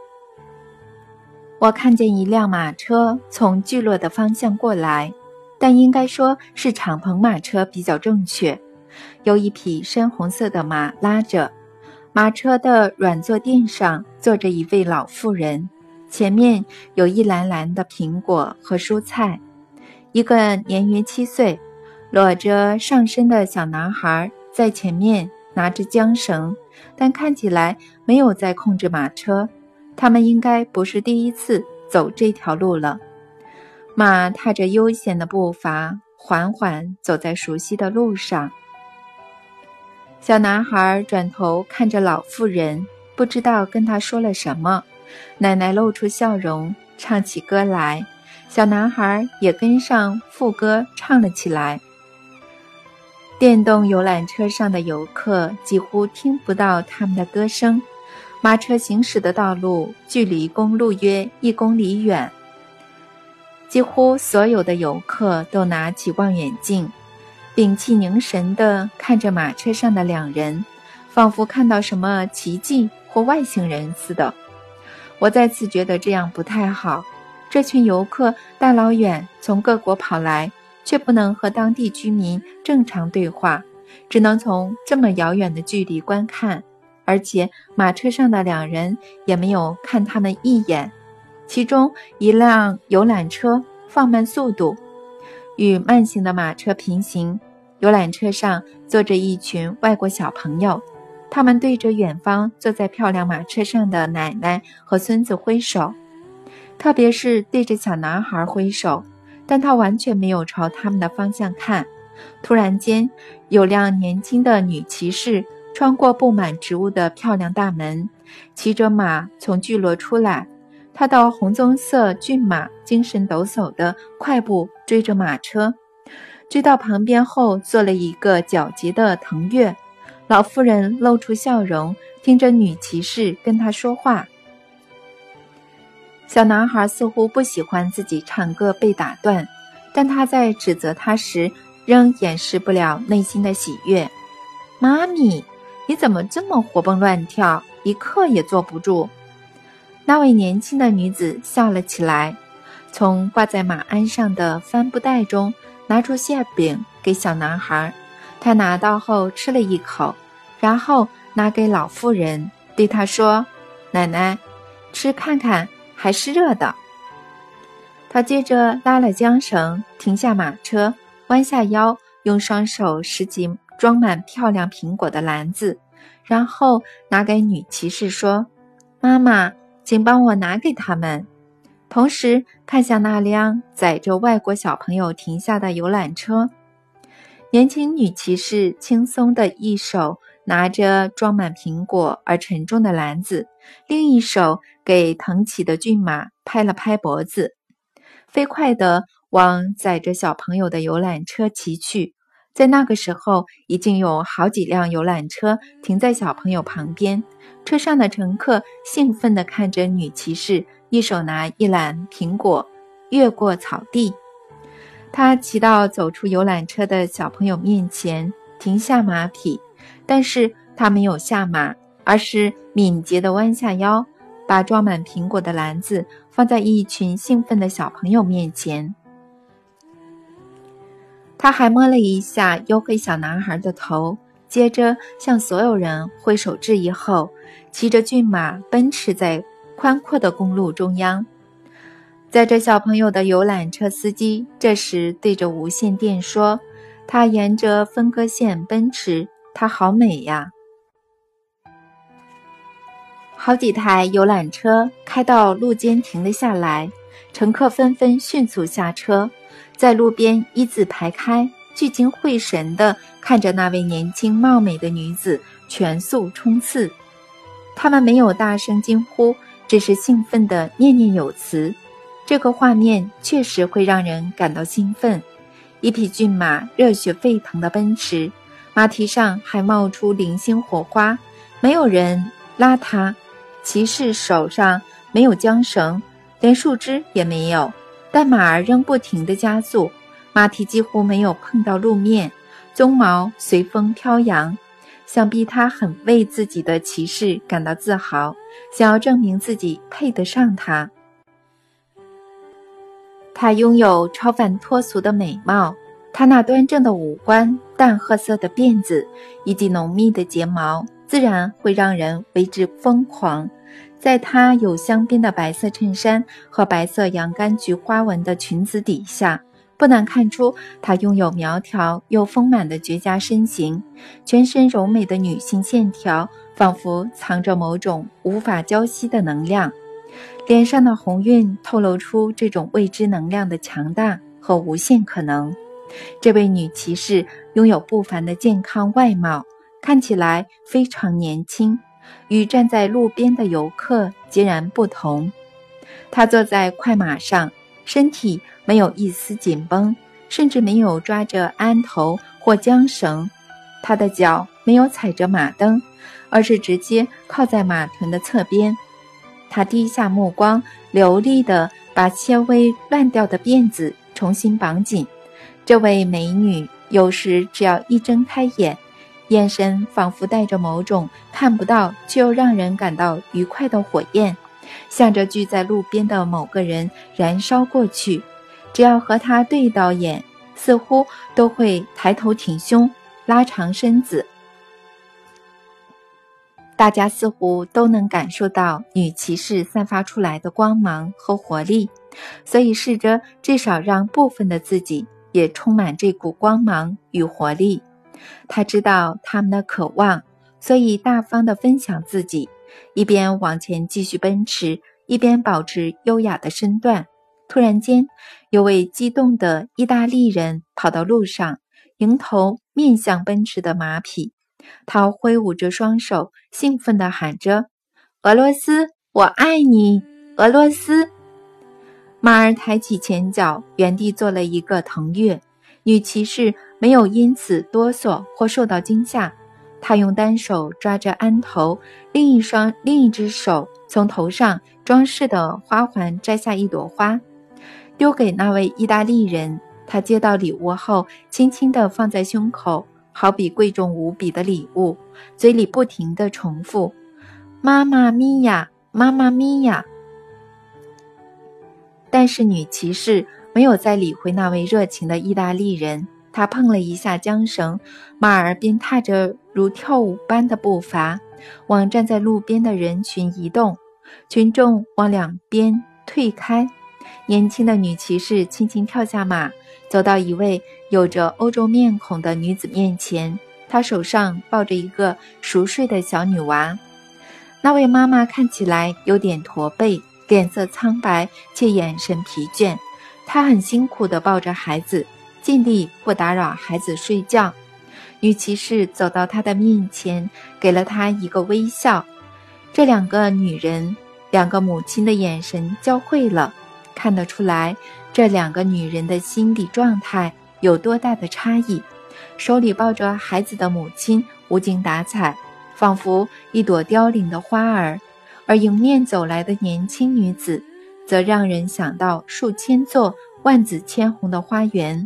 [SPEAKER 1] 我看见一辆马车从聚落的方向过来，但应该说是敞篷马车比较正确，有一匹深红色的马拉着。马车的软坐垫上坐着一位老妇人，前面有一篮篮的苹果和蔬菜。一个年约七岁、裸着上身的小男孩在前面拿着缰绳，但看起来没有在控制马车。他们应该不是第一次走这条路了。马踏着悠闲的步伐，缓缓走在熟悉的路上。小男孩转头看着老妇人，不知道跟他说了什么。奶奶露出笑容，唱起歌来，小男孩也跟上副歌唱了起来。电动游览车上的游客几乎听不到他们的歌声。马车行驶的道路距离公路约一公里远，几乎所有的游客都拿起望远镜，屏气凝神地看着马车上的两人，仿佛看到什么奇迹或外星人似的。我再次觉得这样不太好，这群游客大老远从各国跑来，却不能和当地居民正常对话，只能从这么遥远的距离观看，而且马车上的两人也没有看他们一眼。其中一辆游览车放慢速度，与慢行的马车平行。游览车上坐着一群外国小朋友，他们对着远方坐在漂亮马车上的奶奶和孙子挥手，特别是对着小男孩挥手，但他完全没有朝他们的方向看。突然间，有辆年轻的女骑士穿过布满植物的漂亮大门，骑着马从聚落出来。她的红棕色骏马精神抖擞地快步追着马车，追到旁边后做了一个皎洁的腾跃。老妇人露出笑容，听着女骑士跟她说话。小男孩似乎不喜欢自己唱歌被打断，但他在指责他时仍掩饰不了内心的喜悦。妈咪，你怎么这么活蹦乱跳，一刻也坐不住？那位年轻的女子笑了起来，从挂在马鞍上的帆布袋中拿出馅饼给小男孩。他拿到后吃了一口，然后拿给老妇人，对她说：奶奶，吃看看，还是热的。他接着拉了缰绳，停下马车，弯下腰，用双手拾起装满漂亮苹果的篮子，然后拿给女骑士说：妈妈，请帮我拿给他们。同时看向那辆载着外国小朋友停下的游览车。年轻女骑士轻松的一手拿着装满苹果而沉重的篮子，另一手给腾起的骏马拍了拍脖子，飞快地往载着小朋友的游览车骑去。在那个时候，已经有好几辆游览车停在小朋友旁边，车上的乘客兴奋地看着女骑士一手拿一篮苹果越过草地。她骑到走出游览车的小朋友面前，停下马匹，但是她没有下马，而是敏捷地弯下腰，把装满苹果的篮子放在一群兴奋的小朋友面前。他还摸了一下黝黑小男孩的头，接着向所有人挥手致意后，骑着骏马奔驰在宽阔的公路中央。 载着小朋友的游览车司机这时对着无线电说，他沿着分割线奔驰，它好美呀。好几台游览车开到路间停了下来，乘客纷纷迅速下车，在路边一字排开，聚精会神地看着那位年轻貌美的女子全速冲刺。他们没有大声惊呼，只是兴奋地念念有词。这个画面确实会让人感到兴奋。一匹骏马热血沸腾地奔驰，马蹄上还冒出零星火花，没有人拉它，骑士手上没有缰绳，连树枝也没有，但马儿仍不停地加速，马蹄几乎没有碰到路面，鬃毛随风飘扬。想必他很为自己的骑士感到自豪，想要证明自己配得上他。他拥有超凡脱俗的美貌，他那端正的五官、淡褐色的辫子以及浓密的睫毛，自然会让人为之疯狂。在他有镶边的白色衬衫和白色洋甘菊花纹的裙子底下，不难看出她拥有苗条又丰满的绝佳身形，全身柔美的女性线条仿佛藏着某种无法浇熄的能量，脸上的红晕透露出这种未知能量的强大和无限可能。这位女骑士拥有不凡的健康外貌，看起来非常年轻，与站在路边的游客截然不同。她坐在快马上，身体没有一丝紧绷，甚至没有抓着鞍头或缰绳。他的脚没有踩着马蹬，而是直接靠在马臀的侧边。他低下目光，流利地把些微乱掉的辫子重新绑紧。这位美女有时只要一睁开眼，眼神仿佛带着某种看不到却又让人感到愉快的火焰，向着聚在路边的某个人燃烧过去。只要和他对到眼，似乎都会抬头挺胸，拉长身子。大家似乎都能感受到女骑士散发出来的光芒和活力，所以试着至少让部分的自己也充满这股光芒与活力。他知道他们的渴望，所以大方地分享自己，一边往前继续奔驰，一边保持优雅的身段。突然间，有位激动的意大利人跑到路上，迎头面向奔驰的马匹。他挥舞着双手，兴奋地喊着：俄罗斯，我爱你，俄罗斯！马儿抬起前脚，原地做了一个腾跃。女骑士没有因此哆嗦或受到惊吓，她用单手抓着鞍头，另一双另一只手从头上装饰的花环摘下一朵花，丢给那位意大利人。他接到礼物后，轻轻地放在胸口，好比贵重无比的礼物，嘴里不停地重复：妈妈咪呀，妈妈咪呀。但是女骑士没有再理会那位热情的意大利人，她碰了一下缰绳，马儿便踏着如跳舞般的步伐往站在路边的人群移动，群众往两边退开。年轻的女骑士轻轻跳下马，走到一位有着欧洲面孔的女子面前，她手上抱着一个熟睡的小女娃。那位妈妈看起来有点驼背，脸色苍白且眼神疲倦，她很辛苦地抱着孩子，尽力不打扰孩子睡觉。女骑士走到她的面前，给了她一个微笑。这两个女人，两个母亲的眼神交汇了，看得出来这两个女人的心理状态有多大的差异。手里抱着孩子的母亲无精打采，仿佛一朵凋零的花儿，而迎面走来的年轻女子则让人想到数千座万紫千红的花园。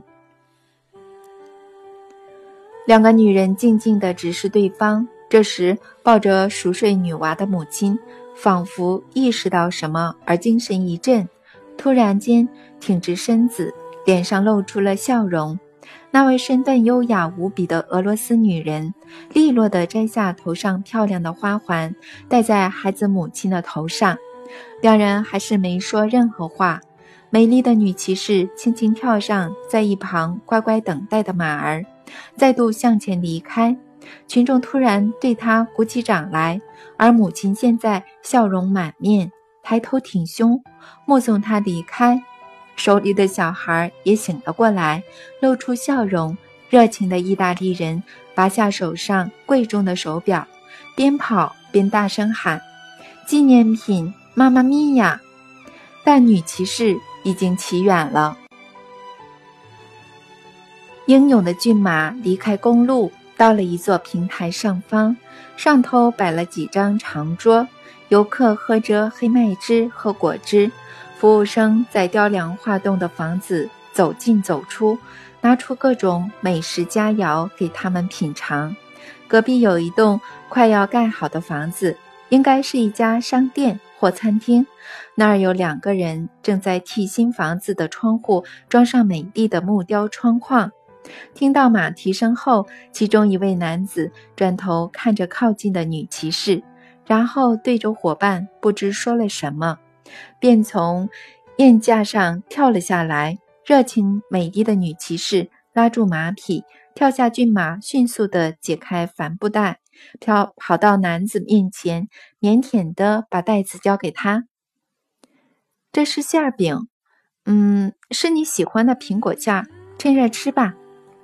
[SPEAKER 1] 两个女人静静地直视对方，这时抱着熟睡女娃的母亲仿佛意识到什么而精神一振，突然间挺直身子，脸上露出了笑容。那位身段优雅无比的俄罗斯女人利落地摘下头上漂亮的花环，戴在孩子母亲的头上。两人还是没说任何话， 美丽的女骑士轻轻跳上在一旁乖乖等待的马儿，再度向前离开。群众突然对她鼓起掌来，而母亲现在笑容满面，抬头挺胸，目送她离开。手里的小孩也醒了过来，露出笑容。热情的意大利人拔下手上贵重的手表，边跑边大声喊：纪念品，妈妈咪呀！但女骑士已经骑远了。英勇的骏马离开公路，到了一座平台上方，上头摆了几张长桌，游客喝着黑麦汁和果汁，服务生在雕梁画栋的房子走进走出，拿出各种美食佳肴给他们品尝。隔壁有一栋快要盖好的房子，应该是一家商店或餐厅，那儿有两个人正在替新房子的窗户装上美丽的木雕窗框。听到马蹄声后，其中一位男子转头看着靠近的女骑士，然后对着伙伴不知说了什么，便从宴架上跳了下来。热情美丽的女骑士拉住马匹，跳下骏马，迅速地解开帆布袋，跑跑到男子面前，腼腆地把袋子交给他。这是馅饼，嗯，是你喜欢的苹果馅，趁热吃吧。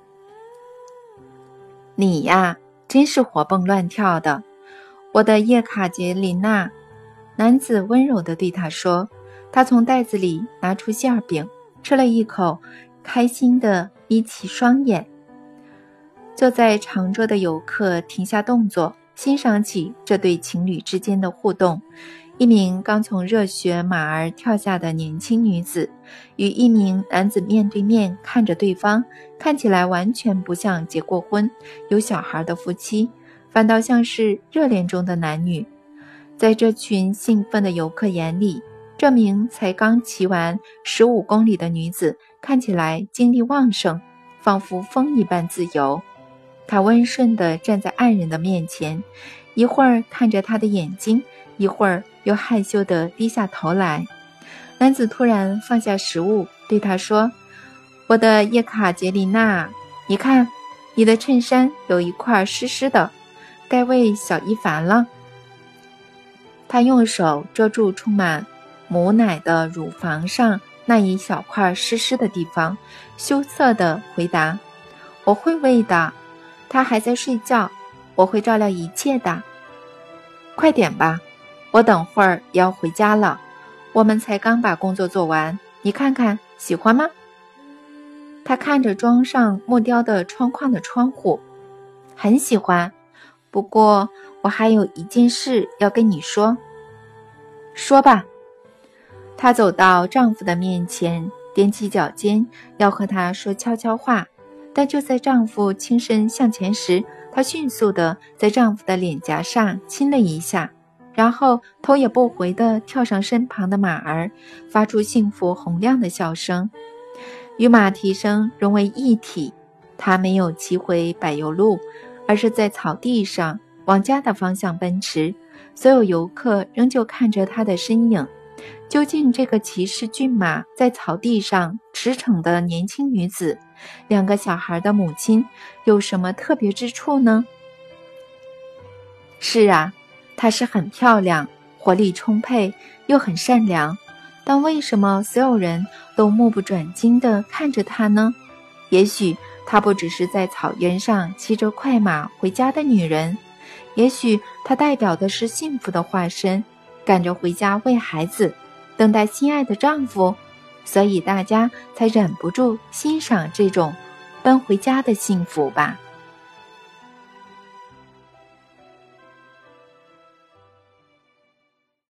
[SPEAKER 1] 你呀，真是活蹦乱跳的，我的叶卡捷琳娜。男子温柔地对他说。他从袋子里拿出馅饼，吃了一口，开心地眯起双眼。坐在长桌的游客停下动作，欣赏起这对情侣之间的互动。一名刚从热血马儿跳下的年轻女子，与一名男子面对面看着对方，看起来完全不像结过婚、有小孩的夫妻，反倒像是热恋中的男女。在这群兴奋的游客眼里，这名才刚骑完十五公里的女子看起来精力旺盛，仿佛风一般自由。她温顺地站在爱人的面前，一会儿看着他的眼睛，一会儿又害羞地低下头来。男子突然放下食物，对她说：我的叶卡捷琳娜，你看，你的衬衫有一块湿湿的，该为小伊凡了。他用手遮住充满母奶的乳房上那一小块湿湿的地方，羞涩地回答：我会喂的，他还在睡觉，我会照料一切的。快点吧，我等会儿也要回家了，我们才刚把工作做完，你看看，喜欢吗？他看着装上木雕的窗框的窗户，很喜欢，不过我还有一件事要跟你说。说吧。她走到丈夫的面前，踮起脚尖要和他说悄悄话，但就在丈夫轻身向前时，她迅速地在丈夫的脸颊上亲了一下，然后头也不回地跳上身旁的马儿，发出幸福洪亮的笑声，与马蹄声融为一体。她没有骑回柏油路，而是在草地上往家的方向奔驰。所有游客仍旧看着她的身影。究竟这个骑士骏马在草地上驰骋的年轻女子，两个小孩的母亲，有什么特别之处呢？是啊，她是很漂亮，活力充沛，又很善良。但为什么所有人都目不转睛地看着她呢？也许她不只是在草原上骑着快马回家的女人，也许她代表的是幸福的化身，赶着回家喂孩子，等待心爱的丈夫，所以大家才忍不住欣赏这种奔回家的幸福吧。